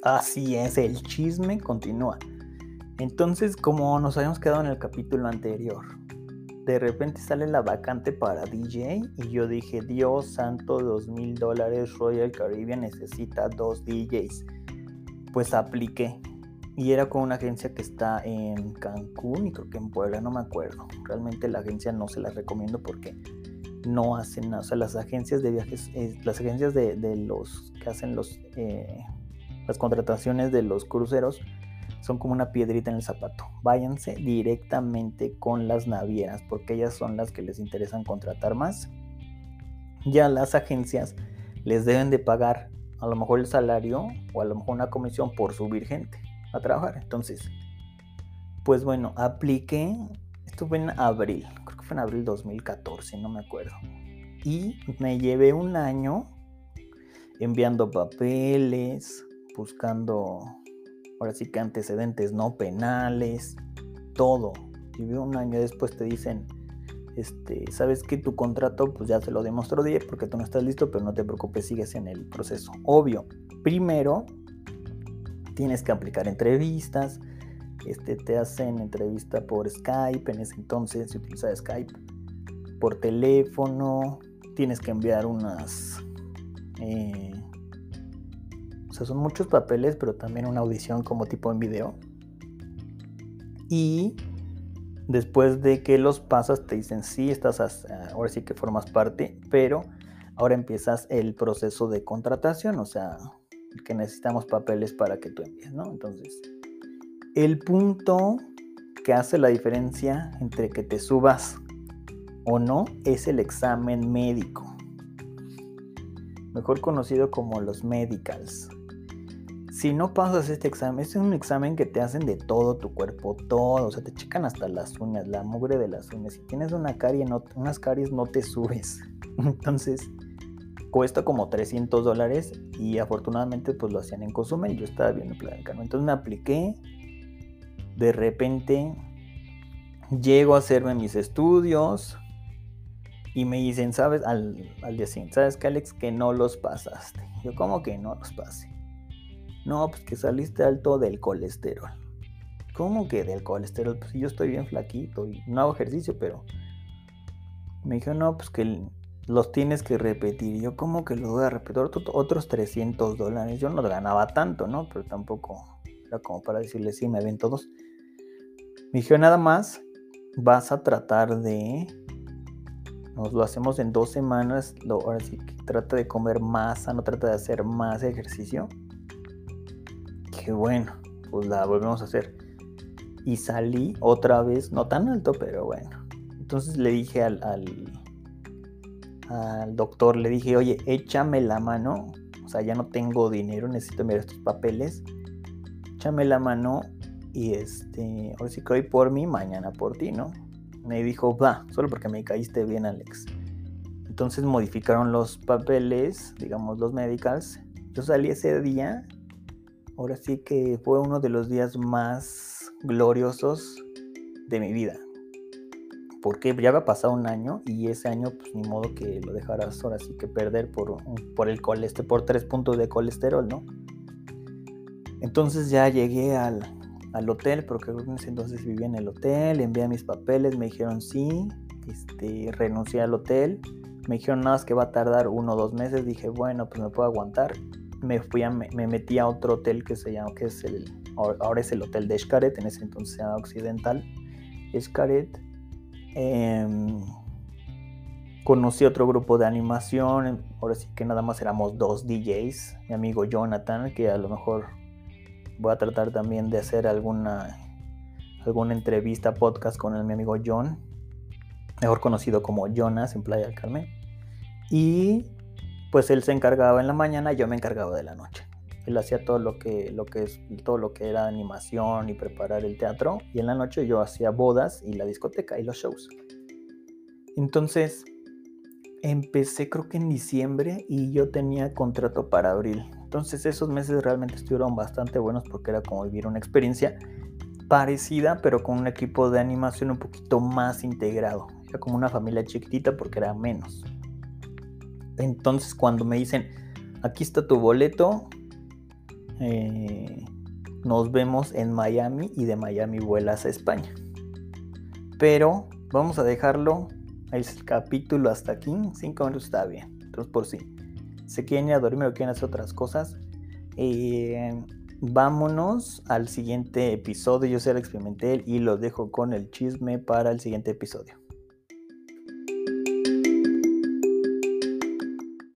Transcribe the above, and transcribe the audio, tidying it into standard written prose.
Así es, el chisme continúa. Entonces, como nos habíamos quedado en el capítulo anterior, de repente sale la vacante para DJ y yo dije, Dios santo, $2,000, Royal Caribbean necesita 2 DJs. Pues apliqué y era con una agencia que está en Cancún y creo que en Puebla, no me acuerdo. Realmente la agencia no se la recomiendo porque no hacen nada. O sea, las agencias de viajes, las agencias de los que hacen las contrataciones de los cruceros son como una piedrita en el zapato. Váyanse directamente con las navieras porque ellas son las que les interesan contratar más. Ya las agencias les deben de pagar a lo mejor el salario o a lo mejor una comisión por subir gente a trabajar. Entonces, pues bueno, apliqué. Esto fue en abril, creo que fue en abril 2014, no me acuerdo. Y me llevé un año enviando papeles, buscando, ahora sí que antecedentes no penales, todo. Llevé un año, después te dicen, sabes que tu contrato pues ya se lo demostró DJ porque tú no estás listo, pero no te preocupes, sigues en el proceso. Obvio, primero tienes que aplicar entrevistas, te hacen entrevista por Skype, en ese entonces se utilizaba Skype, por teléfono, tienes que enviar unas, o sea, son muchos papeles, pero también una audición como tipo en video. Y después de que los pasas te dicen, sí, ahora sí que formas parte, pero ahora empiezas el proceso de contratación, o sea, que necesitamos papeles para que tú envíes, ¿no? Entonces, el punto que hace la diferencia entre que te subas o no es el examen médico, mejor conocido como los medicals. Si no pasas este examen, es un examen que te hacen de todo tu cuerpo, todo, o sea, te checan hasta las uñas, la mugre de las uñas. Si tienes unas caries no te subes. Entonces, cuesta como $300 y afortunadamente pues lo hacían en Cozumel. Yo estaba viendo Playa del Carmen. Entonces me apliqué, de repente llego a hacerme mis estudios y me dicen, ¿sabes? Al día siguiente, ¿sabes qué, Alex? Que no los pasaste. Yo, ¿cómo que no los pasé? No, pues que saliste alto del colesterol. ¿Cómo que del colesterol? Pues yo estoy bien flaquito y no hago ejercicio, pero me dijeron, no, pues que los tienes que repetir. Y yo, ¿cómo que los voy a repetir? Otros $300. Yo no ganaba tanto, ¿no? Pero tampoco era como para decirle, sí, me ven todos. Me dijeron, nada más vas a tratar nos lo hacemos en 2 semanas. Ahora sí que trata de comer más sano, trata de hacer más ejercicio. Que bueno, pues la volvemos a hacer. Y salí otra vez, no tan alto, pero bueno. Entonces le dije al doctor, le dije, oye, échame la mano. O sea, ya no tengo dinero, necesito enviar estos papeles. Échame la mano y ahora sí que hoy por mí, mañana por ti, ¿no? Me dijo, va, solo porque me caíste bien, Alex. Entonces modificaron los papeles, digamos los medicals. Yo salí ese día. Ahora sí que fue uno de los días más gloriosos de mi vida. Porque ya había pasado un año y ese año pues ni modo que lo dejaras ahora sí que perder por el colesterol, por 3 puntos de colesterol, ¿no? Entonces ya llegué al hotel, porque en ese entonces vivía en el hotel, envié mis papeles, me dijeron sí, renuncié al hotel, me dijeron nada más que va a tardar 1 o 2 meses, dije bueno, pues me puedo aguantar. Me metí a otro hotel que se llama, ahora es el hotel de Xcaret, en ese entonces se llama Occidental Xcaret. Conocí otro grupo de animación, ahora sí que nada más éramos 2 DJs, mi amigo Jonathan, que a lo mejor voy a tratar también de hacer alguna entrevista, podcast con mi amigo John, mejor conocido como Jonas en Playa del Carmen. Y pues él se encargaba en la mañana y yo me encargaba de la noche. Él hacía todo lo que era animación y preparar el teatro, y en la noche yo hacía bodas y la discoteca y los shows. Entonces empecé creo que en diciembre y yo tenía contrato para abril. Entonces esos meses realmente estuvieron bastante buenos porque era como vivir una experiencia parecida, pero con un equipo de animación un poquito más integrado. Era como una familia chiquitita porque era menos. Entonces cuando me dicen, aquí está tu boleto, nos vemos en Miami y de Miami vuelas a España. Pero vamos a dejarlo el capítulo hasta aquí. 5 minutos está bien. Entonces, por si se quieren ir a dormir o quieren hacer otras cosas, vámonos al siguiente episodio. Yo soy Alex Pimentel y los dejo con el chisme para el siguiente episodio.